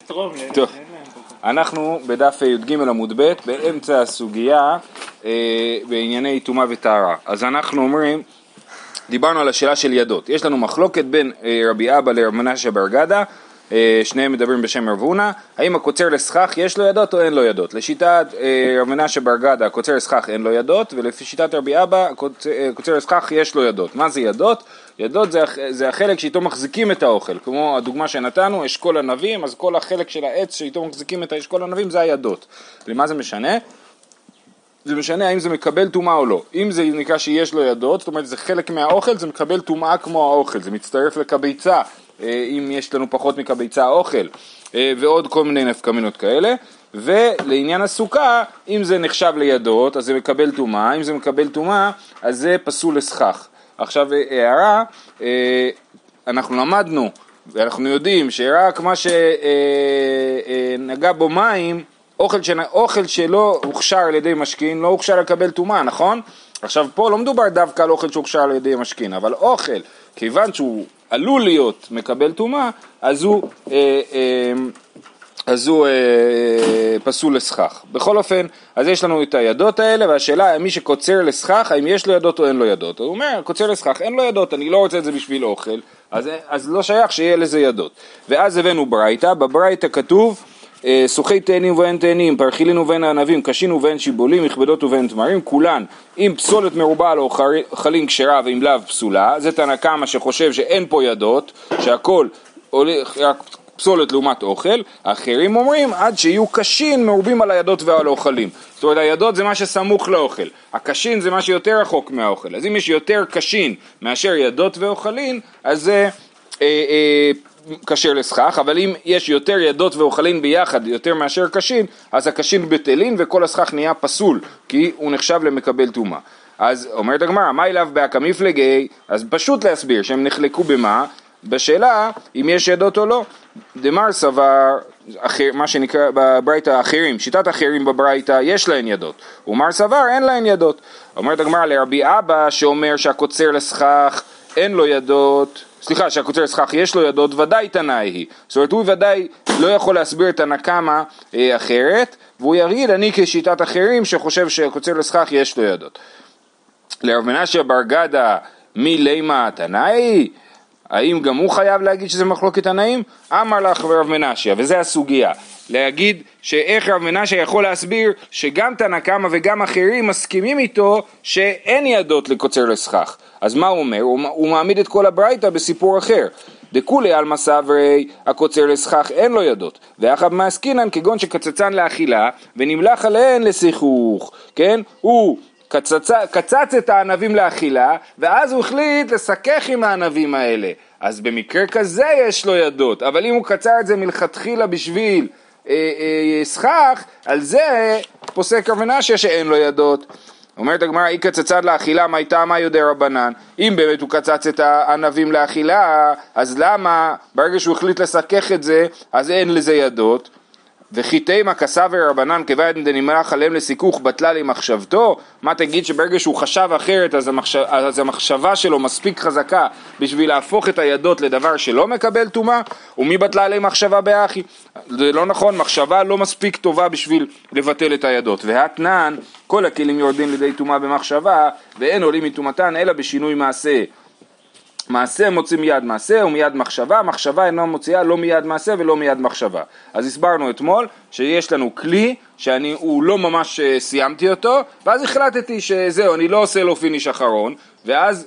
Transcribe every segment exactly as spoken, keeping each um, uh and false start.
לתרום. טוב, אנחנו בדף י"ג עמוד ב' באמצע הסוגיה אה, בענייני טומאה וטהרה. אז אנחנו אומרים, דיברנו על השאלה של ידות. יש לנו מחלוקת בין אה, רבי אבא לרב מנשה בר גדא, אה, שניהם מדברים בשם רב הונא, האם הקוצר לסכך יש לו ידות או אין לו ידות. לשיטת אה, רב מנשה בר גדא הקוצר לסכך אין לו ידות, ולפי שיטת רבי אבא הקוצר, הקוצר לסכך יש לו ידות. מה זה ידות? ידות זה, זה החלק שאיתו מחזיקים את האוכל, כמו הדוגמה שנתנו, אשכול ענבים, אז כל החלק של העץ שאיתו מחזיקים את האשכול ענבים זה הידות. למה זה משנה? זה משנה האם זה מקבל טומאה או לא. אם זה נקרא שיש לו ידות, זאת אומרת זה חלק מהאוכל, זה מקבל טומאה כמו האוכל, זה מצטרף לקביצה, אם יש לנו פחות מקביצה אוכל, ועוד כל מיני נפקמינות כאלה. ולעניין הסוכה, אם זה נחשב לידות, אז זה מקבל טומאה, אם זה מקבל טומאה, אז זה פסול לסכך. עכשיו הערה, אנחנו למדנו ואנחנו יודעים שרק מה שנגע בו מים, אוכל, שנ... אוכל שלא הוכשר על ידי משכין, לא הוכשר לקבל טומאה, נכון? עכשיו פה לא מדובר דווקא על אוכל שהוכשר על ידי משכין, אבל אוכל, כיוון שהוא עלול להיות מקבל טומאה, אז הוא... אה, אה, אז הוא אה, פסול לסכך. בכל אופן, אז יש לנו את הידות האלה, והשאלה מי שקוצר לסכך, האם יש לו ידות או אין לו ידות. הוא אומר, קוצר לסכך, אין לו ידות, אני לא רוצה את זה בשביל אוכל, אז, אז לא שייך שיהיה לזה ידות. ואז הבאנו ברייתא, בברייתא כתוב, אה, סוחי תאנים ואין תאנים, פרחילין ובין הענבים, קשין ובין שיבולים, מכבדות ובין תמרים, כולן, עם פסולת מרובה או חלין כשרה ועם לאו פסולה, זה תנא קמא שחושב שאין פה ידות, שהכל הולך רק פסולת לעומת אוכל. האחרים אומרים עד שיהיו קשין מרובים על הידות ועל האוכלים. זאת אומרת הידות זה מה שסמוך לאוכל, הקשין זה מה שיותר רחוק מהאוכל. אז אם יש יותר קשין מאשר ידות ואוכלים, אז זה אה, אה, קשר לסכך. אבל אם יש יותר ידות ואוכלים ביחד יותר מאשר קשין, אז הקשין בטלין וכל הסכך נהיה פסול, כי הוא נחשב למקבל טומאה. אז אומרת הגמרא, מה אליו באקא מפלגי? אז פשוט להסביר שהם נחלקו במה? בשאלה אם יש ידות או לא. דמר סבר, אחר, מה שנקרא בברייתא האחרים, שיטת אחרים בברייתא יש להן ידות, ומר סבר אין להן ידות. אומרת הגמרא לרבי אבא שאומר שהקוצר לסכך אין לו ידות, סליחה שהקוצר לסכך יש לו ידות, ודאי תנאי היא. זאת אומרת הוא ודאי לא יכול להסביר את הנקמה אה, אחרת, והוא יגיד אני כשיטת אחרים שחושב שהקוצר לסכך יש לו ידות. לרב מנשה בר גדא מי לימה תנאי, האם גם הוא חייב להגיד שזה מחלוקת תנאים? אמר לך רב מנשה, וזה הסוגיה, להגיד שאיך רב מנשה יכול להסביר שגם תנא קמא וגם אחרים מסכימים איתו שאין ידות לקוצר לסכך. אז מה הוא אומר? הוא, הוא מעמיד את כל הברייתא בסיפור אחר. דכולי עלמא סברי הקוצר לסכך אין לו ידות, ואחד מעסקינן כגון שקצצן לאכילה ונמלח עליהן לשיחוך, כן? הוא קצצ... קצץ את הענבים לאכילה, ואז הוא החליט לסכך עם הענבים האלה. אז במקרה כזה יש לו ידות, אבל אם הוא קצר את זה מלכתחילה בשביל אה, אה, סכך, על זה פוסק רב מנשה שאין לו ידות. אומרת הגמרא, היא קצצת לאכילה, מה הייתה מה יודע רבנן? אם באמת הוא קצץ את הענבים לאכילה, אז למה ברגע שהוא החליט לסכך את זה, אז אין לזה ידות? וכי תימא כסבר רבנן כיוון דנמלח עליהם לסיכוך בטלה למחשבתו? מה תגיד שברגע שהוא חשב אחרת אז, המחשב, אז המחשבה שלו מספיק חזקה בשביל להפוך את הידות לדבר שלא מקבל טומאה? ומי בטלה למחשבה באחי? זה לא נכון, מחשבה לא מספיק טובה בשביל לבטל את הידות. והתנן כל הכלים יורדים לידי טומאה במחשבה ואין עולים מטומאתן אלא בשינוי מעשה. מעשה מוציא מיד מעשה ומיד מחשבה, מחשבה אינו מוציאה לא מיד מעשה ולא מיד מחשבה. אז הסברנו אתמול שיש לנו כלי שאני הוא לא ממש סיימתי אותו, ואז החלטתי שזהו, אני לא עושה לו פיניש אחרון, ואז,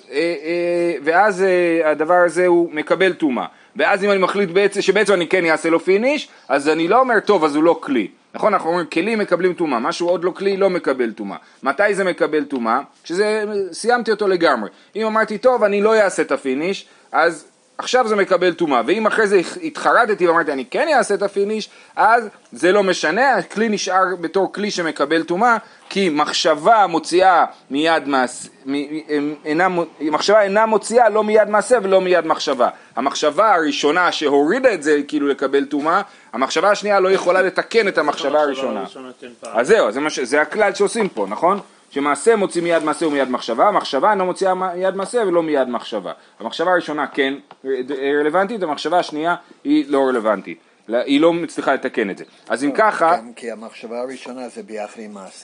ואז הדבר הזה הוא מקבל טומאה. ואז אם אני מחליט בעצם, שבעצם אני כן אעשה לו פיניש, אז אני לא אומר טוב, אז הוא לא כלי. נכון, אנחנו אומרים כלים מקבלים טומאה, משהו עוד לא כלי לא מקבל טומאה. מתי זה מקבל טומאה? כשזה סיימתי אותו לגמרי. אם אמרתי טוב אני לא אעשה את הפיניש, אז עכשיו זה מקבל טומאה. ואם אחרי זה התחרדתי ואמרתי אני כן אעשה את הפיניש, אז זה לא משנה, הכלי נשאר בתור כלי שמקבל טומאה, כי מחשבה מוציאה מיד מעשה, אינה, מחשבה אינה מוציאה לא מיד מעשה ולא מיד מחשבה. המחשבה הראשונה שהורידה את זה כאילו לקבל טומאה, המחשבה השנייה לא יכולה לתקן את המחשבה הראשונה. אז זהו, זה, מש... זה הכלל שעושים פה, נכון? שמעשה מוציא מיד מעשה ומיד מחשבה, המחשבה אינה מוציאה מיד מעשה ולא מיד מחשבה. המחשבה הראשונה כן רלוונטית, המחשבה השנייה היא לא רלוונטית. היא לא מצליחה לתקן את זה. אז אם ככה... גם כי המחשבה הראשונה זה ביחד עם מעשה.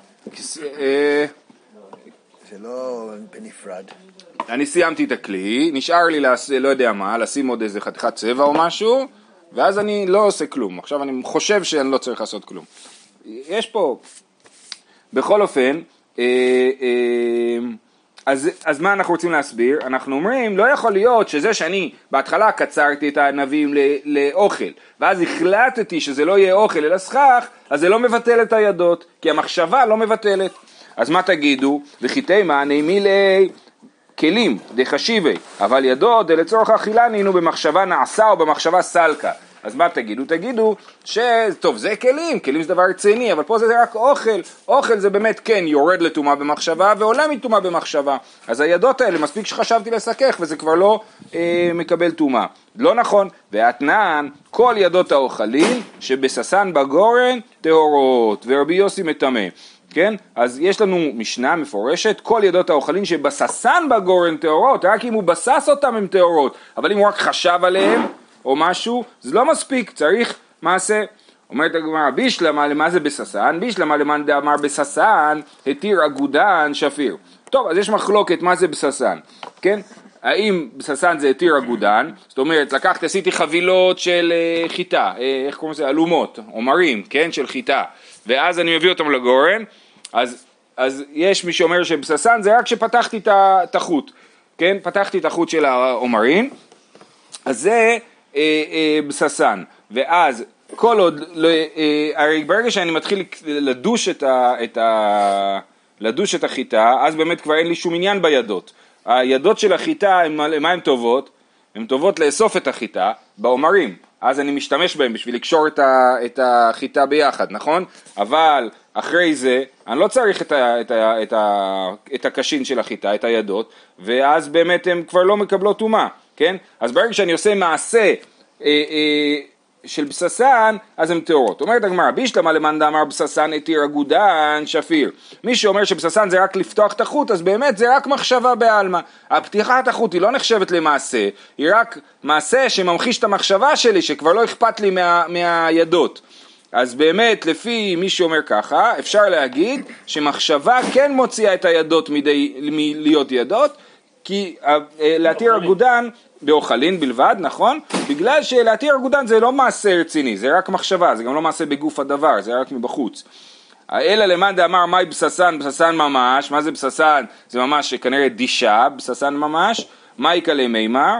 זה לא בנפרד. אני סיימתי את הכלי, נשאר לי, לא יודע מה, לשים עוד איזה חתיכת צבע או משהו, ואז אני לא עושה כלום. עכשיו אני חושב שאני לא צריך לעשות כלום. יש פה, בכל אופן, אה, אה, אז, אז מה אנחנו רוצים להסביר? אנחנו אומרים, לא יכול להיות שזה שאני בהתחלה קצרתי את הענבים לאוכל, ואז החלטתי שזה לא יהיה אוכל אלא סכך, אז זה לא מבטל את הידות, כי המחשבה לא מבטלת. אז מה תגידו? וחיתימה נעימי לי כלים, דחשיבי, אבל ידות לצורך אכילה נינו במחשבה נעשה או במחשבה סלקה. אז מה תגידו? תגידו שטוב, זה כלים, כלים זה דבר רציני, אבל פה זה רק אוכל. אוכל זה באמת כן יורד לטומאה במחשבה ועולה מטומאה במחשבה. אז הידות האלה מספיק שחשבתי לסכך וזה כבר לא אה, מקבל טומאה. לא נכון. ואתנן, כל ידות האוכלים שבססן בגורן טהורות, ורבי יוסי מטמא. כן? אז יש לנו משנה מפורשת, כל ידות האוכלים שבססן בגורן טהורות, רק אם הוא בסס אותם הם טהורות, אבל אם הוא רק חשב עליהם או משהו, זה לא מספיק, צריך מעשה. אומרת הגמרא, בישלמה למה זה בססן? בישלמה למאן דאמר בססן, התיר אגודן שפיר. טוב, אז יש מחלוקת מה זה בססן, כן? האם בססן זה התיר אגודן? זאת אומרת, לקחת, עשיתי חבילות של uh, חיטה, uh, איך קוראים לזה? אלומות, עומרים, כן? של חיטה, ואז אני מביא אותם לגורן, אז, אז יש מי שאומר שבססן זה רק שפתחתי את החוט, כן? פתחתי את החוט של העומרים, אז זה אה, אה, בססן, ואז כל עוד, לא, אה, הרי ברגע שאני מתחיל לדוש את, ה, את, ה, לדוש את החיטה, אז באמת כבר אין לי שום עניין בידות. הידות של החיטה, מה הן טובות? הן טובות לאסוף את החיטה בעומרים, אז אני משתמש בהם בשביל לקשור את, ה, את החיטה ביחד, נכון? אבל אחרי זה, אני לא צריך את, ה, את, ה, את, ה, את הקשין של החיטה, את הידות, ואז באמת הן כבר לא מקבלות טומאה. כן? אז ברגע שאני עושה מעשה אה, אה, של בססן, אז הן טהורות. אומרת הגמרא, בישלמה למאן דאמר בססן התיר אגודן שפיר. מי שאומר שבססן זה רק לפתוח את החוט, אז באמת זה רק מחשבה בעלמא. הפתיחת החוט היא לא נחשבת למעשה, היא רק מעשה שממחיש את המחשבה שלי, שכבר לא אכפת לי מה, מהידות. אז באמת, לפי מי שאומר ככה, אפשר להגיד שמחשבה כן מוציאה את הידות מדי, מלהיות ידות, כי להתיר אגודן באוכלין בלבד, נכון? בגלל שלהתיר אגודן זה לא מעשה רציני, זה רק מחשבה, זה גם לא מעשה בגוף הדבר, זה רק מבחוץ. אלא למאן דאמר מהי בססן, בססן ממש, מה זה בססן? זה ממש כנראה דישה, בססן ממש, מהי כלי מימר?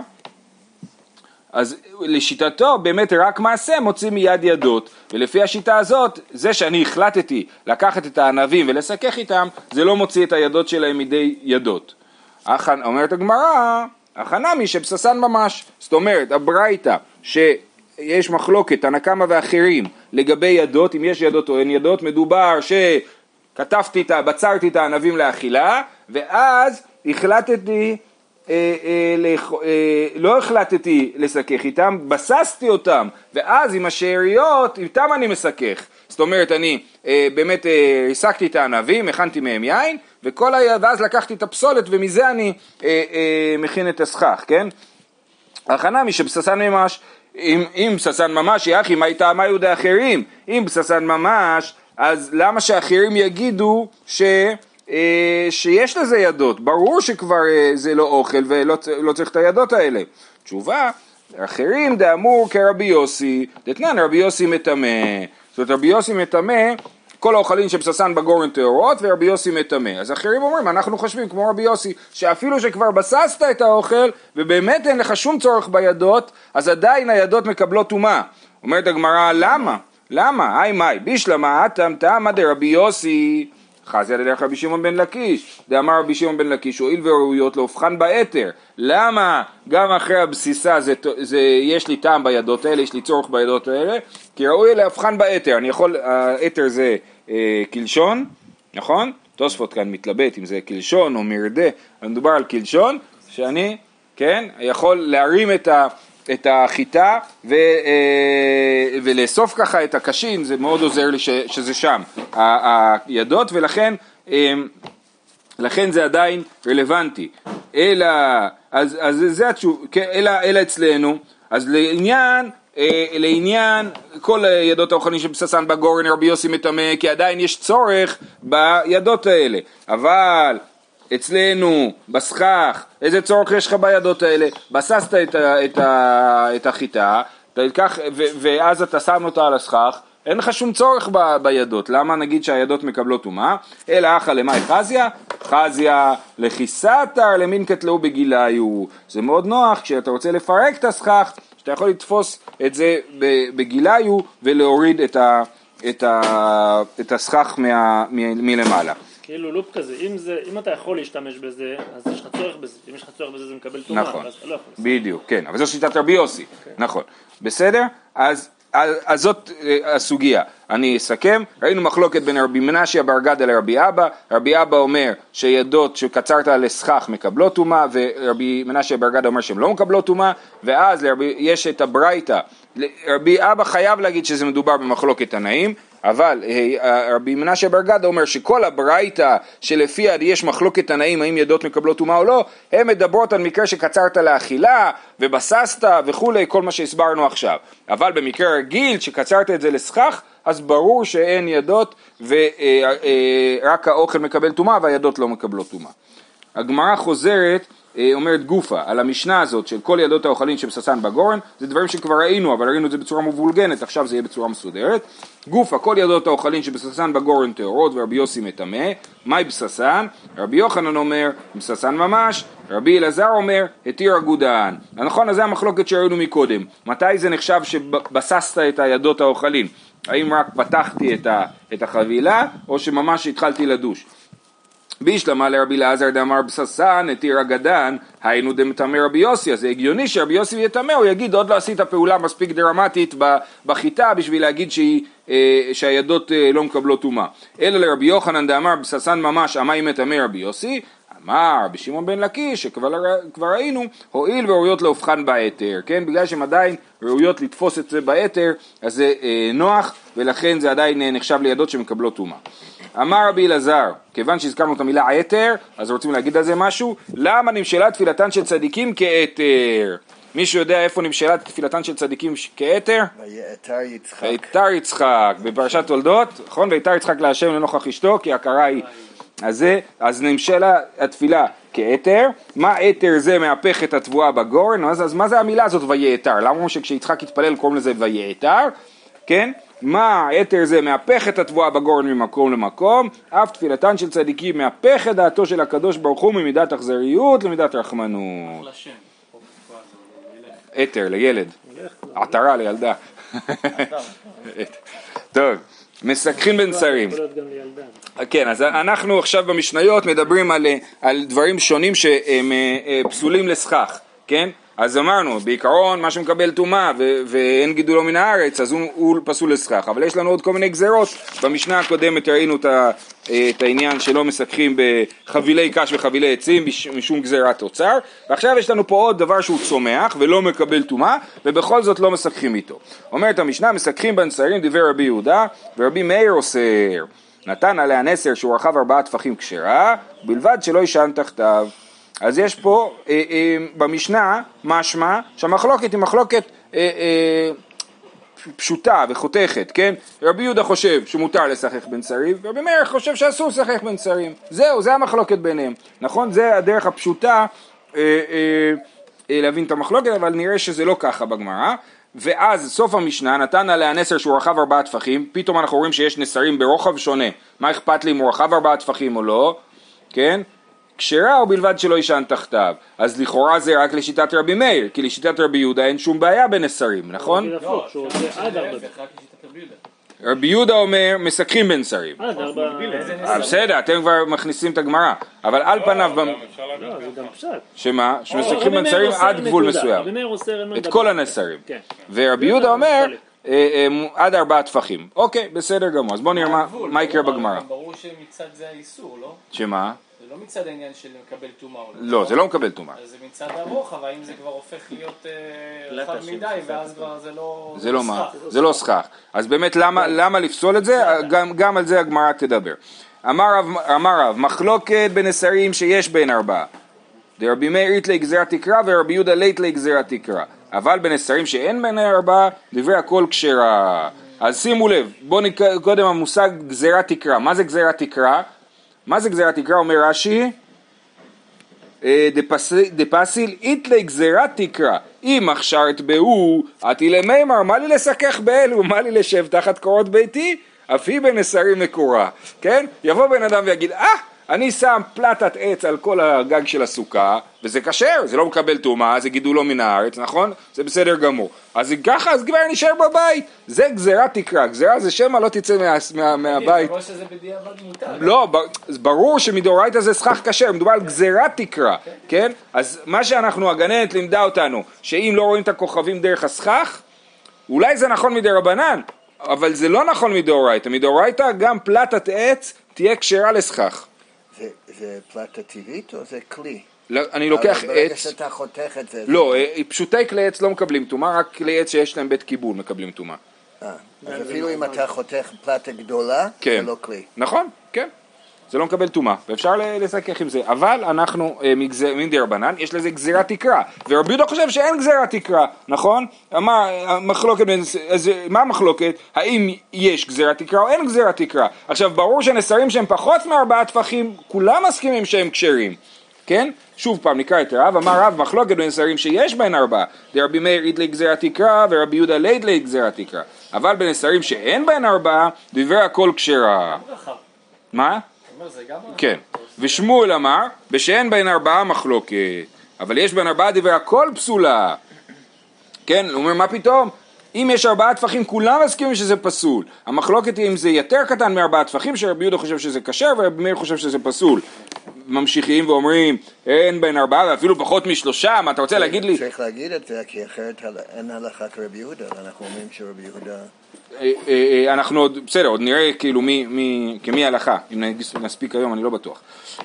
אז לשיטתו באמת רק מעשה מוציא מיד ידות, ולפי השיטה הזאת, זה שאני החלטתי לקחת את הענבים ולסכך איתם, זה לא מוציא את הידות שלהם מידי ידות. אומרת הגמרא, החנמי שבססן ממש, זאת אומרת, הברייתא שיש מחלוקת, הנקמה ואחרים, לגבי ידות, אם יש ידות או אין ידות, מדובר שכתבתי, בצרתי את הענבים לאכילה, ואז החלטתי, אה, אה, אה, לא החלטתי לסכך איתם, בססתי אותם, ואז עם השאריות, איתם אני מסכך. זאת אומרת, אני אה, באמת אה, הסקתי את הענבים, הכנתי מהם יין, וכל ה... ואז לקחתי את הפסולת, ומזה אני אה, אה, מכין את הסכך, כן? החנמי שבססן ממש, אם, אם בססן ממש, יחי, מה הייתה, מה יהודה אחרים? אם בססן ממש, אז למה שאחרים יגידו ש... שיש לזה ידות? ברור שכבר זה לא אוכל ולא לא צריך את הידות האלה. תשובה, אחרים דאמור כרבי יוסי, דתנן רבי יוסי מטמא. זאת אומרת, רבי יוסי מטמא, כל האוכלים שבססן בגורן טהורות, ורבי יוסי מטמא. אז אחרים אומרים, אנחנו חושבים כמו רבי יוסי, שאפילו שכבר בססת את האוכל, ובאמת אין לך שום צורך בידות, אז עדיין הידות מקבלות טומאה. אומרת הגמרא, למה? למה? היי מאי, בישלמה, אתם תמה דרבי יוסי, חזי על ידי רבי שמעון בן לקיש, דאמר רבי שמעון בן לקיש, הואיל וראויות להופכן באתר. למה גם אחרי הבסיסה זה, זה, יש לי טעם בידות האלה, יש לי צורך בידות האלה? כי ראוי להופכן באתר. אני יכול, האתר זה אה, קלשון, נכון? תוספות כאן מתלבט אם זה קלשון או מרדה, מדובר על קלשון, שאני, כן, יכול להרים את ה... את החיטה ו, אה, ולאסוף ככה את הקשין, זה מאוד עוזר לי ש, שזה שם, הידות, ולכן אה, לכן זה עדיין רלוונטי. אלא, אז, אז זה התשוב, אלא, אלא אצלנו, אז לעניין לעניין כל ידות האוכלים שבססן בגורן רבי יוסי מטמא, כי עדיין יש צורך בידות האלה, אבל אצלנו בסכך, איזה צורך יש לך בידות האלה? בססת את, ה, את, ה, את החיטה, תלקח, ו, ואז אתה שם אותה על הסכך, אין לך שום צורך ב, בידות. למה נגיד שהידות מקבלות טומאה? אלא אחא למאי חזיה, חזיה לכיסתר למין קטלו בגיליו. זה מאוד נוח כשאתה רוצה לפרק את הסכך, שאתה יכול לתפוס את זה בגיליו ולהוריד את, ה, את, ה, את הסכך מה, מ, מלמעלה. כאילו לופ כזה, אם, זה, אם אתה יכול להשתמש בזה, אז יש לך צורך בזה, אם יש לך צורך בזה זה מקבל טומאה, נכון, אז אתה לא יכול. בדיוק, כן, אבל זו שיטת רבי יוסי, okay. נכון, בסדר? אז, אז, אז זאת הסוגיה, אני אסכם, ראינו מחלוקת בין רבי מנשיה בר גדא לרבי אבא, רבי אבא אומר שידות שקצרת לסכך מקבלות טומאה, ורבי מנשיה בר גדא אומר שהן לא מקבלות טומאה, ואז לרבי, יש את הברייתא, רבי אבא חייב להגיד שזה מדובר במחלוקת תנאים, אבל רבי מנשיה בר גדא אומר שכל הברייתא שלפיה יש מחלוקת תנאים האם ידות מקבלות טומאה או לא, הן מדברות על מקרה שקצרת לאכילה ובססת וכולי, כל מה שהסברנו עכשיו. אבל במקרה רגיל שקצרת את זה לסכך, אז ברור שאין ידות ורק האוכל מקבל טומאה והידות לא מקבלות טומאה. הגמרא חוזרת, אומרת גופה, על המשנה הזאת של כל ידות האוכלים שבססן בגורן, זה דברים שכבר ראינו, אבל ראינו את זה בצורה מבולגנת, עכשיו זה יהיה בצורה מסודרת. גופה, כל ידות האוכלים שבססן בגורן טהורות, ורבי יוסי מטמא, מהי בססן? רבי יוחנן אומר, בססן ממש, רבי אלעזר אומר, התיר אגודן. נכון, אז זה המחלוקת שראינו מקודם. מתי זה נחשב שבססת את הידות האוכלים? האם רק פתחתי את, ה, את החבילה, או שממש התחלתי לדוש? בישלמה לרבי אלעזר דאמר בססן התיר אגדן, היינו דמטמא רבי יוסי, אז זה הגיוני שרבי יוסי יטמא, הוא יגיד עוד לא עשית פעולה מספיק דרמטית בחיטה בשביל להגיד שהיא, שהידות לא מקבלות טומאה. אלא לרבי יוחנן דאמר בססן ממש המים מטמא רבי יוסי, אמר בשמעון בן לקיש שכבר כבר ראינו, הועיל וראויות להופכן בהיתר, כן? בגלל שהן עדיין ראויות לתפוס את זה בהיתר, אז זה אה, נוח, ולכן זה עדיין אה, נחשב לידות שמקבלות טומאה. אמר רבי אלעזר, כיוון שהזכרנו את המילה היתר, אז רוצים להגיד על זה משהו, למה נמשלה תפילתן של צדיקים כהיתר? מישהו יודע איפה נמשלה תפילתן של צדיקים כהיתר? ויתר יצחק. ויתר יצחק, בפרשת תולדות, נכון? ויתר יצחק להשם לנוכח אשתו, כי הכרה היא. אז, זה, אז נמשלה התפילה כהיתר, מה היתר זה מהפך את התבואה בגורן, אז, אז מה זה המילה הזאת ויתר? למה אומרים שכשיצחק התפלל קוראים לזה ויתר, כן? מה היתר זה מהפך את התבואה בגורן ממקום למקום, אף תפילתן של צדיקים מהפך את דעתו של הקדוש ברוך הוא ממידת אכזריות למידת רחמנות. היתר לילד, עטרה לילדה. טוב. מסככים בין שרים. כן, אז אנחנו עכשיו במשניות מדברים על, על דברים שונים שהם פסולים לסכך, כן? אז אמרנו, בעיקרון מה שמקבל טומאה ואין גידולו מן הארץ, אז הוא, הוא פסול לסכך, אבל יש לנו עוד כל מיני גזרות. במשנה הקודמת ראינו את, ה, את העניין שלא מסככים בחבילי קש וחבילי עצים משום גזירת אוצר, ועכשיו יש לנו פה עוד דבר שהוא צומח ולא מקבל טומאה, ובכל זאת לא מסככים איתו. אומרת המשנה, מסככים בין שרים, דיבר רבי יהודה, ורבי מאיר אוסר. נתן עליה נסר שהוא רחב ארבעה טפחים כשרה, בלבד שלא ישן תחתיו. אז יש פה אה, אה, במשנה משמע שהמחלוקת היא מחלוקת אה, אה, פשוטה וחותכת, כן? רבי יהודה חושב שמותר לשחק בין שרים, ורבי מאיר חושב שאסור לשחק בין שרים. זהו, זה המחלוקת ביניהם, נכון? זה הדרך הפשוטה אה, אה, אה, להבין את המחלוקת, אבל נראה שזה לא ככה בגמרא. ואז סוף המשנה נתן עליה נסר שהוא רחב ארבעה טפחים, פתאום אנחנו רואים שיש נסרים ברוחב שונה. מה אכפת לי אם הוא רחב ארבעה טפחים או לא? כן? כשרה או בלבד שלא ישן תחתיו. אז לכאורה זה רק לשיטת רבי מאיר, כי לשיטת רבי יהודה אין שום בעיה בנסרים, נכון? לא, רבי יהודה אומר מסככים בין שרים. בסדר, אתם כבר מכניסים את הגמרא, אבל על פניו לא, זה גם פשט. שמה? שמסככים בין שרים עד גבול מסוים, את כל הנסרים. ורבי יהודה אומר עד ארבעה טפחים. אוקיי, בסדר גמור, אז בואו נראה מה יקרה בגמרא. ברור שמצד זה האיסור, לא? שמה? זה לא מצד העניין של מקבל טומאה. לא, זה לא מקבל טומאה. אז זה מצד הרוחב, האם זה כבר הופך להיות רחב מדי, ואז כבר זה לא... זה לא מה, זה לא סכך. אז באמת למה לפסול את זה? גם על זה הגמרא תדבר. אמר רב, מחלוקת בנסרים שיש בין ארבעה. דרבי מאיר אית לגזירת תקרא ורבי יהודה לית לגזירת תקרא. אבל בנסרים שאין בין ארבעה, דברי הכל כשרה. אז שימו לב, בואו נקרא קודם המושג גזירת תקרה. מה זה גזירת תקרה? מה זה גזירת תקרה? אומר רש"י, דפסיל איתלי גזירת תקרה, אם הכשרת בהו, עתי למימר, מה לי לסכך באלו, מה לי לשב תחת קורות ביתי, אף היא בנסרים מקורה, כן? יבוא בן אדם ויגיד, אה, אני שם פלטת עץ על כל הגג של הסוכה, וזה כשר, זה לא מקבל תאומה, זה גידולו מן הארץ, נכון? זה בסדר גמור. אז ככה, אז כבר נשאר בבית. זה גזירת תקרה, גזירה זה שמה לא תצא מה, מה, מהבית. ברור שזה בדיעבד מותר. לא, ברור שמדאורייתא זה סכך כשר, מדובר על גזירת תקרה, כן? אז מה שאנחנו, הגננת לימדה אותנו, שאם לא רואים את הכוכבים דרך הסכך, אולי זה נכון מדרבנן, אבל זה לא נכון מדאורייתא. מדאורייתא גם פלטת עץ תהיה כשרה לסכך. זה, זה פלטה טבעית או זה כלי? לא, אני לוקח אבל ברגע עץ, שאתה חותך את זה... לא, זה... פשוטי כלי עץ לא מקבלים תומה, רק כלי עץ שיש להם בית קיבול מקבלים תומה. אה, אז אפילו אם אתה חותך פלטה גדולה, כן. זה לא כלי. נכון, כן. זה לא מקבל תומה, ואפשר לסכך עם זה. אבל אנחנו, מדי רבנן, יש לזה גזירת תקרה. ורבי יהודה חושב שאין גזירת תקרה, נכון? אמר, המחלוקת, אז מה המחלוקת? האם יש גזירת תקרה או אין גזירת תקרה? עכשיו, ברור שנסרים שהם פחות מארבעה טפחים, כולם מסכימים שהם כשרים. כן? שוב פעם נקרא את רב, אמר רב מחלוקת בנסרים שיש בהן ארבעה, דרבי מאיר איתלי גזירת תקרה ורבי יהודה לידלי גזירת תקרה, אבל בנסרים שאין בהן ארבעה, דברי הכל כשרה. מה? כן, ושמואל אמר, בשאין בהן ארבעה מחלוקת, אבל יש בהן ארבעה דברי הכל פסולה. כן, הוא אומר מה פתאום? אם יש ארבעה טפחים כולם מסכימים שזה פסול. המחלוקת היא אם זה יותר קטן מארבעה טפחים, שרבי יהודה חושב שזה כשר ורבי מאיר חושב שזה פסול. ממשיכים ואומרים אין בין ארבעה ואפילו פחות משלושה, מה אתה רוצה להגיד לי? צריך להגיד את זה כי אחרת אין הלכה כרבי יהודה, אנחנו אומרים שרבי יהודה... אנחנו עוד, בסדר, עוד נראה כאילו מי, כמי הלכה, אם נספיק היום אני לא בטוח.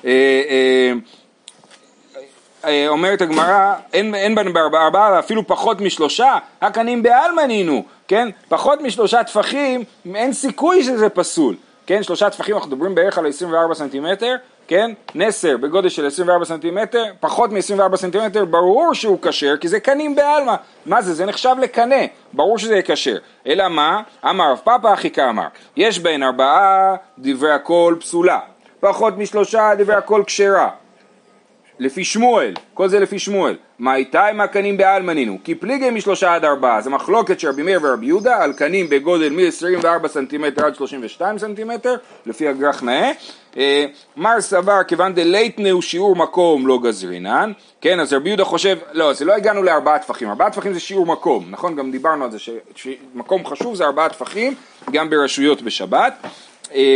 אומרת הגמרא, אין, אין בין בארבעה אפילו פחות משלושה, הקנים באלמנינו, כן? פחות משלושה טפחים, אין סיכוי שזה פסול, כן? שלושה טפחים אנחנו מדברים בערך על עשרים וארבעה סנטימטר, כן? נסר בגודל של עשרים וארבעה סנטימטר, פחות מ-עשרים וארבעה סנטימטר, ברור שהוא כשר, כי זה קנים באלמה. מה זה? זה נחשב לקנה, ברור שזה כשר. אלא מה? אמר רב פאפא אחי כאמר, יש בין ארבעה דברי הכל פסולה, פחות משלושה דברי הכל כשרה. לפי שמואל, כל זה לפי שמואל. מה איתה עם הקנים באלמנינו? כי פליגי משלושה עד ארבעה. זה מחלוקת של רבי מאיר ורבי יהודה על קנים בגודל מ-עשרים וארבעה סנטימטר עד שלושים ושתיים סנטימטר, לפי הגרח נאה. אה, מר סבר כיוון דלייטנה הוא שיעור מקום לא גזרינן. כן, אז רבי יהודה חושב, לא, זה לא הגענו לארבעה טפחים. ארבעה טפחים זה שיעור מקום, נכון? גם דיברנו על זה שמקום חשוב זה ארבעה טפחים, גם ברשויות בשבת. אה,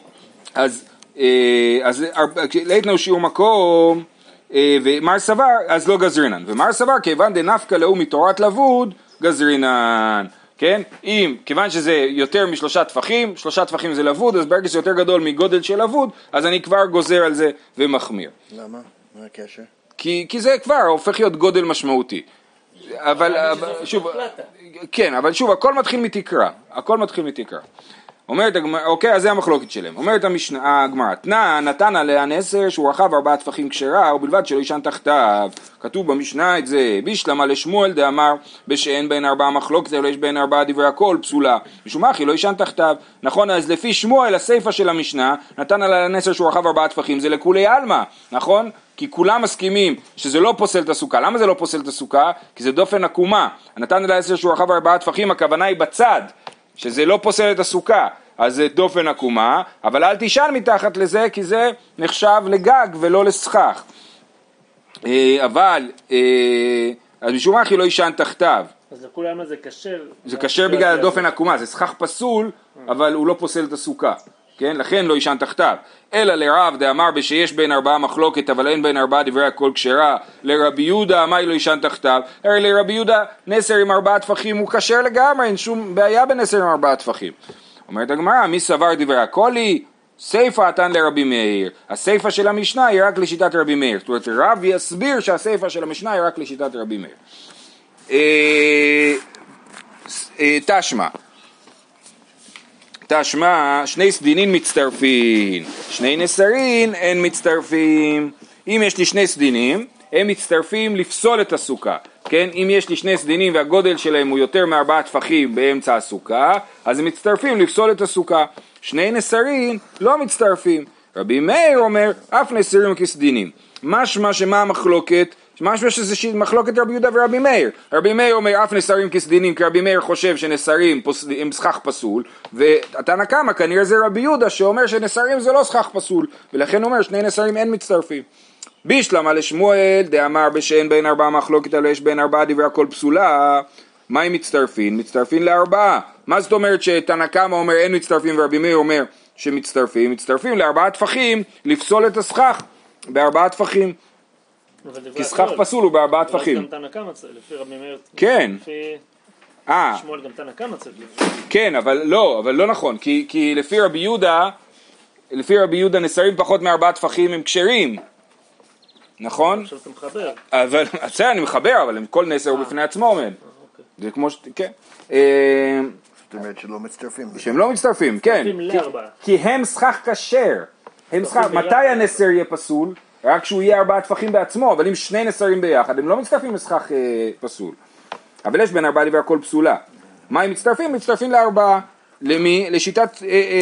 אז, אה, אז לייטנה הוא שיעור מקום, ומר סבר, אז לא גזרינן, ומר סבר כיוון דנפקא להו מתורת לבוד, גזרינן, כן? אם, כיוון שזה יותר משלושה טפחים, שלושה טפחים זה לבוד, אז ברגע שזה יותר גדול מגודל של לבוד, אז אני כבר גוזר על זה ומחמיר. למה? מה הקשר? כי, כי זה כבר הופך להיות גודל משמעותי. אבל, שוב, כן, אבל שוב, הכל מתחיל מתקרה, הכל מתחיל מתקרה. אומרת הגמרא, אוקיי, אז זה המחלוקת שלהם. אומרת המשנה, הגמרא, תנא נתן עליה נסר שהוא רחב ארבעה טפחים כשרה, ובלבד שלא ישן תחתיו. כתוב במשנה את זה, בישלמה לשמואל דאמר, בשאין בין ארבעה מחלוקת, אלא יש בין ארבעה דברי הכל פסולה. משום אחי לא ישן תחתיו. נכון, אז לפי שמואל, הסיפא של המשנה, נתן עליה נסר שהוא רחב ארבעה טפחים, זה לכולי עלמא, נכון? כי כולם מסכימים שזה לא פוסל את הסוכה. למה זה לא פוסל את הסוכה? כי זה דופן עקומה. נתן עליה נסר שהוא רחב ארבעה טפחים, הכוונה היא בצד. שזה לא פוסל את הסוכה, אז זה דופן עקומה, אבל אל תישן מתחת לזה, כי זה נחשב לגג ולא לסכך. אבל, אז משום אחי לא ישן תחתיו. אז לכולי עלמא זה כשר. זה כשר בגלל הדופן עקומה, זה סכך פסול, אבל הוא לא פוסל את הסוכה. כן? לכן לא ישן תחתיו. אלא לרב דאמר בשיש בין ארבעה מחלוקת, אבל אין בין ארבעה דברי הכל כשרה. לרבי יהודה אמר לא ישן תחתיו. הרי לרבי יהודה נסר עם ארבעה טפחים הוא כשר לגמרי, אין שום בעיה בנסר עם ארבעה טפחים. אומרת הגמרא, מי סבר דברי הכל היא? סיפא נתן לרבי מאיר. הסיפא של המשנה היא רק לשיטת רבי מאיר. זאת אומרת, רב יסביר שהסיפא של המשנה היא רק לשיטת רבי מאיר. תשמע. תשמע, שני סדינין מצטרפים, שני נסרין אין מצטרפים. אם יש לי שני סדינים, הם מצטרפים לפסול את הסוכה. כן, אם יש לי שני סדינים והגודל שלהם הוא יותר מארבעה טפחים באמצע הסוכה, אז הם מצטרפים לפסול את הסוכה. שני נסרים לא מצטרפים. רבי מאיר אומר, אף נסרים כסדינים. משמע שמה המחלוקת? משמע שזה מחלוקת רבי יהודה ורבי מאיר. רבי מאיר אומר, אף נסרים כסדינים, כי רבי מאיר חושב שנסרים הם סכך פסול, והתנא קמא כנראה זה רבי יהודה שאומר שנסרים זה לא סכך פסול, ולכן הוא אומר, שני נסרים אין מצטרפים. בישלמה לשמואל, דאמר בשאין בין ארבעה מחלוקת, אלא יש בין ארבעה דברי הכל פסולה. מה הם מצטרפים? מצטרפים לארבעה. מה זאת אומרת שתנא קמא אומר אין מצטרפים ורבי מאיר אומר שמצטרפים? מצטרפים לארבעה טפחים לפסול את הסכך בארבעה טפחים. כי סכך פסול הוא בארבעה טפחים. גם תנא קמא צריך, לפי רבי מאיר. כן. לפי שמואל גם תנא קמא צריך. כן, אבל לא, אבל לא נכון, כי, כי לפי רבי יהודה, לפי רבי יהודה נסרים פחות מארבעה טפחים הם כשרים. נכון? עכשיו אתה מחבר. אבל, בסדר, אני מחבר, אבל כל נסר הוא בפני עצמו עומד. זה כמו ש... כן. זאת אומרת שלא מצטרפים. שהם לא מצטרפים, כן. כי הם סכך כשר. מתי הנסר יהיה פסול? רק כשהוא יהיה ארבעה טפחים בעצמו, אבל אם שני נסרים ביחד, הם לא מצטרפים לסכך פסול. אבל יש בין ארבעה דבר הכל פסולה. מה הם מצטרפים? מצטרפים לארבעה. למי? לשיטת...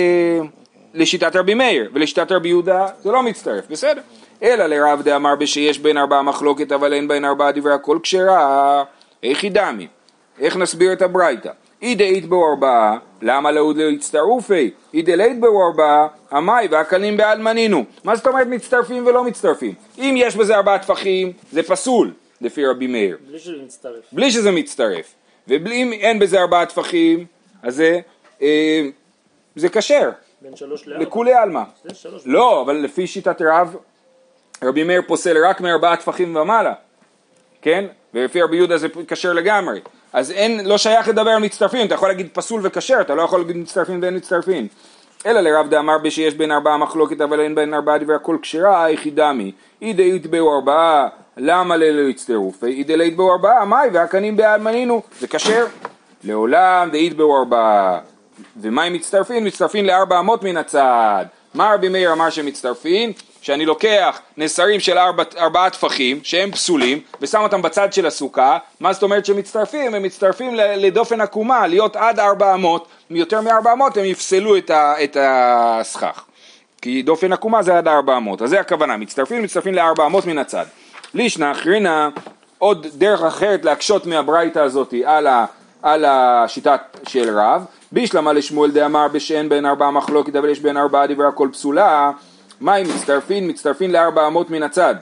לשיטת רבי מאיר, ולשיטת רבי יהודה זה לא מצטרף, בסדר? אלא לרב דאמר בשיש בין ארבעה מחלוקת, אבל אין בין ארבעה דברי הכל כשרה, איך ידמי? איך נסביר את הברייתא? אידה אית בו ארבעה, למה לא להצטרופי? אידה לית בו ארבעה, המאי והקלים באלמנינו. מה זאת אומרת מצטרפים ולא מצטרפים? אם יש בזה ארבעה טפחים, זה פסול, לפי רבי מאיר. בלי שזה מצטרף. בלי שזה מצטרף. ואם אין בזה ארבעה טפחים, אז זה, אה, זה כשר. בין שלוש לארבע. לכולי עלמא. זה שלוש. לא, אבל לפי שיטת רב, רבי מאיר פוסל רק מארבעה טפחים ומעלה. כן? ולפי רבי יהודה זה כשר לגמרי. אז אין, לא שייך לדבר על מצטרפים, אתה יכול להגיד פסול וכשר, אתה לא יכול להגיד מצטרפים ואין מצטרפים. אלא לרב דאמר שיש בין ארבעה מחלוקת, אבל אין בין ארבעה דברי הכל כשרה, היחידה מי. אידה יתבעו ארבעה, למה לא יצטרוף? אידה לא יתבעו ארבעה, מאי והקנים באלמנינו, זה כשר. לעולם דה יתבעו ארבעה. ומה הם מצטרפים? מצטרפים לארבע אמות מן הצד. מה רבי מאיר אמר שמצטרפים? שאני לוקח נסרים של ארבע, ארבעה טפחים שהם פסולים ושם אותם בצד של הסוכה. מה זאת אומרת שמצטרפים? הם מצטרפים לדופן עקומה, להיות עד ארבע אמות, מיותר מארבע אמות הם יפסלו את, ה, את הסכך. כי דופן עקומה זה עד ארבע אמות, אז זה הכוונה, מצטרפים, מצטרפים לארבע אמות מן הצד. לישנה אחרינה, עוד דרך אחרת להקשות מהברייתא הזאת על, ה, על השיטה של רב, בישלמה לשמואל דאמר בשאין בין ארבעה מחלוקת, אבל יש בין ארבעה דברי הכל פסולה. מה אם מצטרפים? מצטרפים לארבע אמות מן הצד.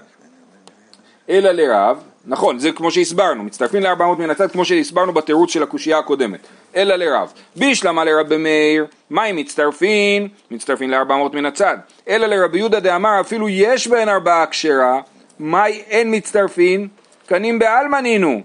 אלא לרב, נכון, זה כמו שהסברנו, מצטרפים לארבע אמות מן הצד, כמו שהסברנו בתירוץ של הקושייה הקודמת. אלא לרב, בישלמה לרבי מאיר, מה אם מצטרפים? מצטרפים לארבע אמות מן הצד. אלא לרבי יהודה דאמר, אפילו יש בין ארבעה כשרה, מה אין מצטרפים? קנים באלמנינו.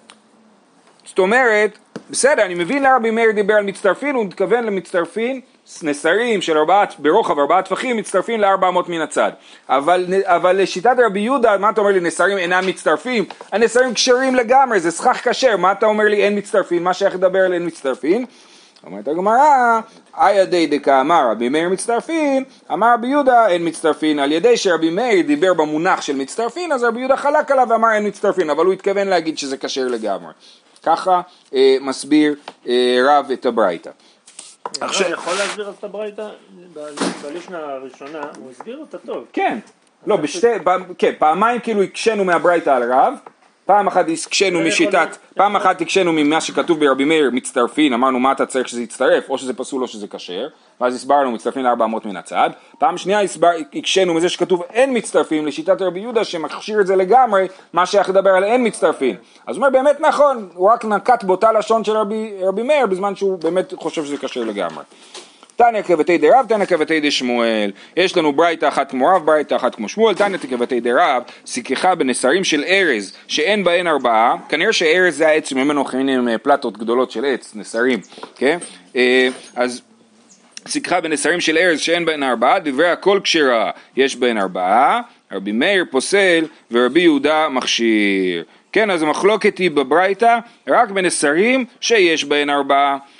זאת אומרת, בסדר, אני מבין לרבי מאיר דיבר על מצטרפין, הוא מתכוון למצטרפין, נסרים של ארבעת, ברוחב ארבעה טפחים, מצטרפים לארבע אמות מן הצד. אבל, אבל לשיטת רבי יהודה, מה אתה אומר לי, נסרים אינם מצטרפים? הנסרים כשרים לגמרי, זה סכך כשר, מה אתה אומר לי אין מצטרפין? מה שייך לדבר על אין מצטרפין? אומרת הגמרא, איה די דקה אמר רבי מאיר מצטרפין, אמר רבי יהודה אין מצטרפין, על ידי שרבי מאיר דיבר במונח של מצטרפין, אז רבי יהודה חלק עליו ואמר אין מצטרפין, אבל הוא התכוון להגיד שזה כשר לגמרי. ככה אה, מסביר אה, רב את הברייתא. עכשיו יכול להסביר את הברייתא בלישנה הראשונה, הוא הסביר אותה טוב. כן, לא, בשתי, כן, פעמיים כאילו הקשנו מהברייתא על רב, פעם אחת הקשנו משיטת, פעם אחת הקשנו ממה שכתוב ברבי מאיר מצטרפין, אמרנו מה אתה צריך שזה יצטרף, או שזה פסול או שזה כשר, ואז הסברנו מצטרפין לארבע אמות מן הצד. פעם שנייה הקשנו מזה שכתוב אין מצטרפים לשיטת רבי יהודה שמכשיר את זה לגמרי, מה שייך לדבר על אין מצטרפין. אז הוא אומר באמת נכון, הוא רק נקט באותה לשון של רבי, רבי מאיר בזמן שהוא באמת חושב שזה כשר לגמרי. תניא כבתי דרב, תניא כבתי דשמואל. יש לנו ברייתא אחת כמו רב, ברייתא אחת כמו שמואל. תניא כבתי דרב, סיככה בנסרים של ארז שאין בהן ארבעה. כנראה שארז זה העץ ממנו מכינים פלטות גדולות של עץ, נסרים, כן? אז סיככה בנסרים של ארז שאין בהן ארבעה, דברי הכל כשרה יש בהן ארבעה. רבי מאיר פוסל ורבי יהודה מכשיר. כן, אז המחלוקת היא בברייתא רק בנסרים שיש בהן ארבעה.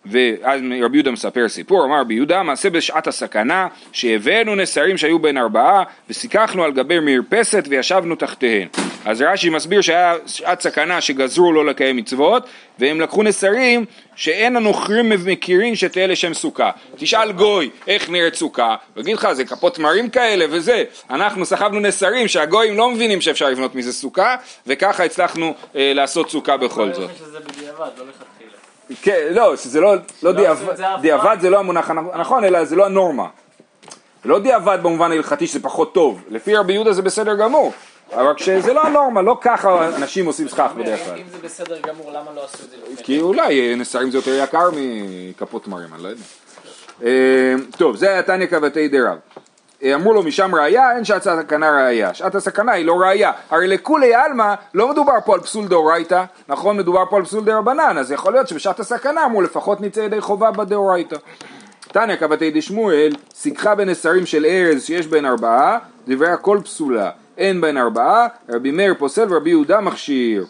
ואז רבי יהודה מספר סיפור, אמר רבי יהודה, מעשה בשעת הסכנה, שהבאנו נסרים שהיו בין ארבעה, וסיככנו על גבי מרפסת וישבנו תחתיהן. אז רש"י מסביר שהיה שעת סכנה שגזרו לא לקיים מצוות, והם לקחו נסרים שאין הנוכרים מכירים שתהיה לשם סוכה. תשאל גוי, איך נראית סוכה? וגיד לך, זה כפות תמרים כאלה וזה. אנחנו סחבנו נסרים שהגויים לא מבינים שאפשר לבנות מזה סוכה, וככה הצלחנו אה, לעשות סוכה בכל זאת. שזה בדיעבד, לא לכתחילה. כן, לא, שזה לא, לא דיעבד, דיעבד זה לא המונח הנכון, אלא זה לא הנורמה. לא דיעבד במובן ההלכתי שזה פחות טוב. לפי רבי יהודה זה בסדר גמור. אבל כשזה לא הנורמה, לא ככה אנשים עושים סכך בדרך כלל. אם זה בסדר גמור, למה לא עשו את זה לפני? כי אולי נסרים זה יותר יקר מכפות תמרים, אני לא יודע. טוב, זה היה תניא כבתי דרב. אמרו לו משם ראיה, אין שעת הסכנה ראיה. שעת הסכנה היא לא ראיה. הרי לכולי עלמא לא מדובר פה על פסול דאורייתא, נכון? מדובר פה על פסול דרבנן, אז יכול להיות שבשעת הסכנה אמרו לפחות נצא ידי חובה בדאורייתא. תניא כבתי דשמואל, סיככה בנסרים של ארז שיש בין ארבעה, דברי הכל פסולה. אין בין ארבעה, רבי מאיר פוסל ורבי יהודה מכשיר.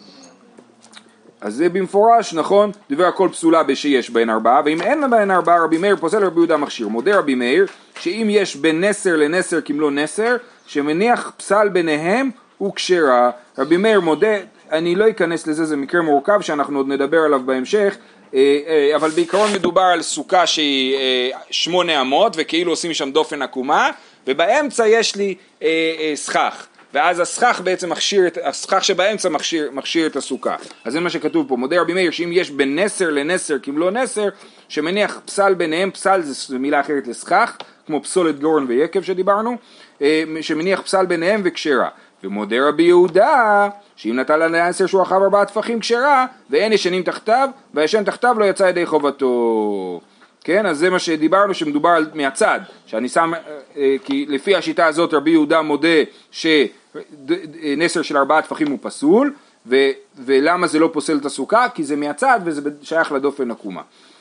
אז זה במפורש, נכון? דבר הכל פסולה בשיש בין ארבעה, ואם אין בין ארבעה, רבי מאיר פוסל ורבי יהודה מכשיר. מודה רבי מאיר, שאם יש בין נסר לנסר כמלוא נסר, שמניח פסל ביניהם הוא כשרה. רבי מאיר מודה, אני לא אכנס לזה, זה מקרה מורכב שאנחנו עוד נדבר עליו בהמשך, אבל בעיקרון מדובר על סוכה שהיא שמונה אמות, וכאילו עושים שם דופן עקומה, ובאמצע יש לי סכך. ואז הסכך בעצם מכשיר, הסכך שבאמצע מכשיר, מכשיר את הסוכה. אז זה מה שכתוב פה, מודה רבי מאיר, שאם יש בין נסר לנסר כמלוא נסר, שמניח פסל ביניהם, פסל זה מילה אחרת לסכך, כמו פסולת גורן ויקב שדיברנו, שמניח פסל ביניהם וכשרה. ומודה רבי יהודה, שאם נטל על הנסר שהוא אחר ארבעה טפחים כשרה, ואין ישנים תחתיו, והישן תחתיו לא יצא ידי חובתו. כן, אז זה מה שדיברנו שמדובר על מהצד, שאני שם, כי לפי השיטה הזאת רבי יהודה מודה שנסר של ארבעה טפחים הוא פסול, ו, ולמה זה לא פוסל את הסוכה? כי זה מהצד וזה שייך לדופן עקומה.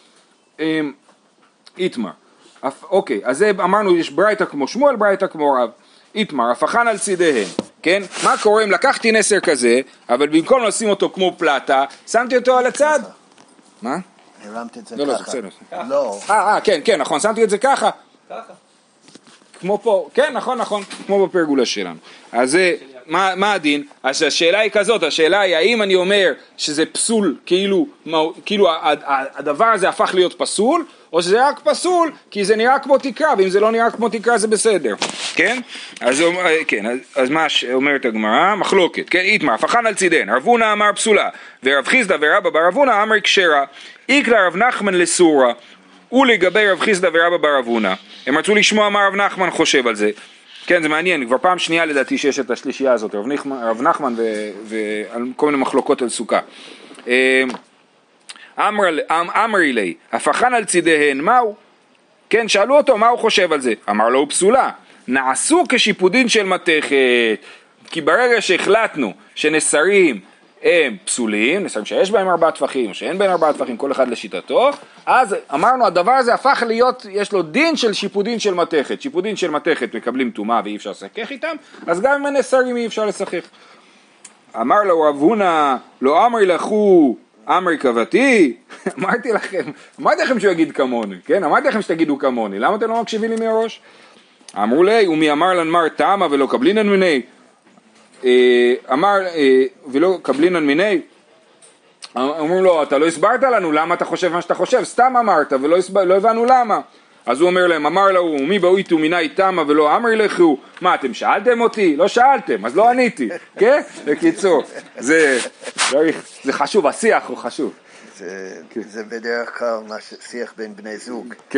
איתמר, אוקיי, אז זה אמרנו יש ברייתא כמו שמואל, ברייתא כמו רב. איתמר, הפכן על צידיהן, כן? מה קורה אם לקחתי נסר כזה, אבל במקום לשים אותו כמו פלטה, שמתי אותו על הצד? מה? הרמת את זה לא, ככה. לא, לא. אה, אה, כן, כן, נכון, שמתי את זה ככה. ככה. כמו פה, כן, נכון, נכון, כמו בפרגולה שלנו. אז זה, מה, מה הדין? אז השאלה היא כזאת, השאלה היא, האם אני אומר שזה פסול, כאילו, כאילו הדבר הזה הפך להיות פסול, או שזה רק פסול, כי זה נראה כמו תקרה, ואם זה לא נראה כמו תקרה זה בסדר, כן? אז, כן, אז, אז מה אומרת הגמרא? מחלוקת, כן, איתמר, הפכן על צידן, רב הונא אמר פסולה, ורב חיסדא ורבא בר אבונה אמר כשרה, איקלה רב נחמן לסורה, ולגבי רב חיסדא ורבא בר אבונה, הם רצו לשמוע מה רב נחמן חושב על זה, כן, זה מעניין, כבר פעם שנייה לדעתי שיש את השלישייה הזאת, רב נחמן, רב נחמן ועל כל מיני מחלוקות על סוכה. אמר, אמרי לי, הפכן על צידיהן, מהו? כן, שאלו אותו, מה הוא חושב על זה? אמר לו, הוא פסולה. נעשו כשיפודין של מתכת, כי ברגע שהחלטנו שנסרים הם פסולים, נסרים שיש בהם ארבעה טפחים, שאין בהם ארבעה טפחים, כל אחד לשיטתו, אז אמרנו, הדבר הזה הפך להיות, יש לו דין של שיפודין של מתכת. שיפודין של מתכת מקבלים טומאה ואי אפשר לשחק איתם, אז גם עם הנסרים אי אפשר לשחק. אמר לו רב הונא, לא אמרי לכו, אמרי כבתי, אמרתי לכם, אמרתי לכם שהוא יגיד כמוני, כן? אמרתי לכם שתגידו כמוני, למה אתם לא מקשיבים לי מהראש? אמרו לי, ומי אמר לן מר תמה ולא קבלינן מיני, אמר, ולא קבלינן מיני, אמרו לו, אתה לא הסברת לנו, למה אתה חושב מה שאתה חושב? סתם אמרת, ולא הסבר, לא הבנו למה. אז הוא אומר להם, אמר לו, מי באויתו מיני תמה ולא אמרי לכו, מה, אתם שאלתם אותי? לא שאלתם, אז לא עניתי, כן? בקיצור, זה, זה חשוב, השיח הוא חשוב. זה, זה בדרך כלל שיח בין בני זוג. כן,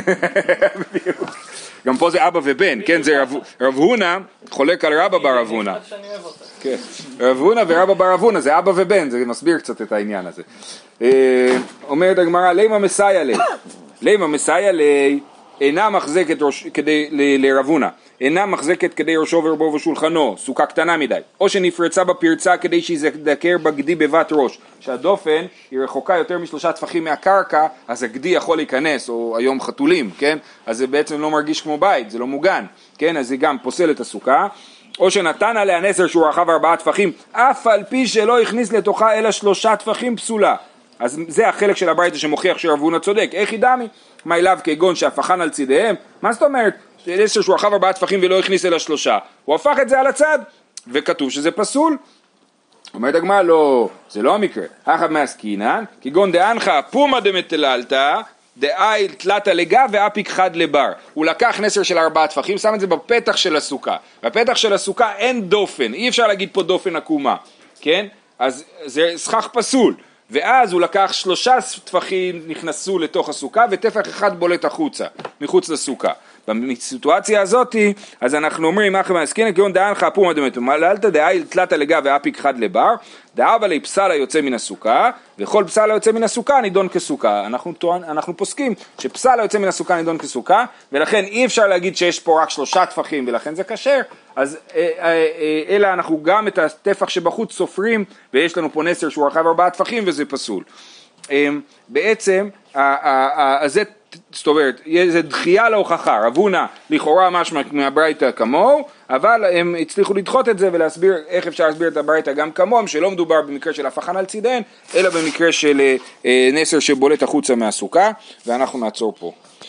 גם פה זה אבא ובן, כן, זה רב, רב הונא חולק על רבא בר אבונה. כן, רב הונא ורבא בר אבונה, זה אבא ובן, זה מסביר קצת את העניין הזה. אומרת הגמרא, לימה מסייע לי, לימה מסייע לי, אינה מחזקת כדי לרב הונא, אינה מחזקת כדי ראשו ורבו ושולחנו, סוכה קטנה מדי, או שנפרצה בפרצה כדי שיזדקר בגדי בבת ראש, שהדופן היא רחוקה יותר משלושה טפחים מהקרקע, אז הגדי יכול להיכנס, או היום חתולים, כן? אז זה בעצם לא מרגיש כמו בית, זה לא מוגן, כן? אז זה גם פוסל את הסוכה, או שנתן עליה נסר שהוא רחב ארבעה טפחים, אף על פי שלא הכניס לתוכה אלא שלושה טפחים פסולה, אז זה החלק של הברייתא שמוכיח שרב הונא צודק. איך ידמי? מה אליו כגון שהפכן על צידיהם? מה זאת אומרת? נסר שהוא רכב ארבעה טפחים ולא הכניס אלא שלושה. הוא הפך את זה על הצד, וכתוב שזה פסול. אומרת הגמרא, לא, זה לא המקרה. אחת מעסקינן, כגון דאנחה פומא דמטללתא, דאי תלתא לגה ואפיק חד לבר. הוא לקח נסר של ארבעה טפחים, שם את זה בפתח של הסוכה. בפתח של הסוכה אין דופן, אי אפשר להגיד פה דופן עקומה, כן? אז זה סכך פסול. ואז הוא לקח שלושה טפחים נכנסו לתוך הסוכה וטפח אחד בולט החוצה, מחוץ לסוכה. בסיטואציה הזאת, אז אנחנו אומרים, אחרי מהסכין, כיון דאנך הפום אדמת, מללת דאי תלתא לגה ואפיק חד לבר, דאבה לי פסלה יוצא מן הסוכה, וכל פסלה יוצא מן הסוכה נידון כסוכה. אנחנו, אנחנו פוסקים שפסלה יוצא מן הסוכה נידון כסוכה, ולכן אי אפשר להגיד שיש פה רק שלושה טפחים, ולכן זה כשר, אז אלא אנחנו גם את הטפח שבחוץ סופרים, ויש לנו פה נסר שהוא רכב ארבעה טפחים, וזה פסול. בעצם, זה זאת אומרת, זה דחייה להוכחה, רב הונא לכאורה משמע מהברייתא כמוהו, אבל הם הצליחו לדחות את זה ולהסביר איך אפשר להסביר את הברייתא גם כמוהם, שלא מדובר במקרה של הפכן על צידיהן, אלא במקרה של נסר שבולט החוצה מהסוכה, ואנחנו נעצור פה.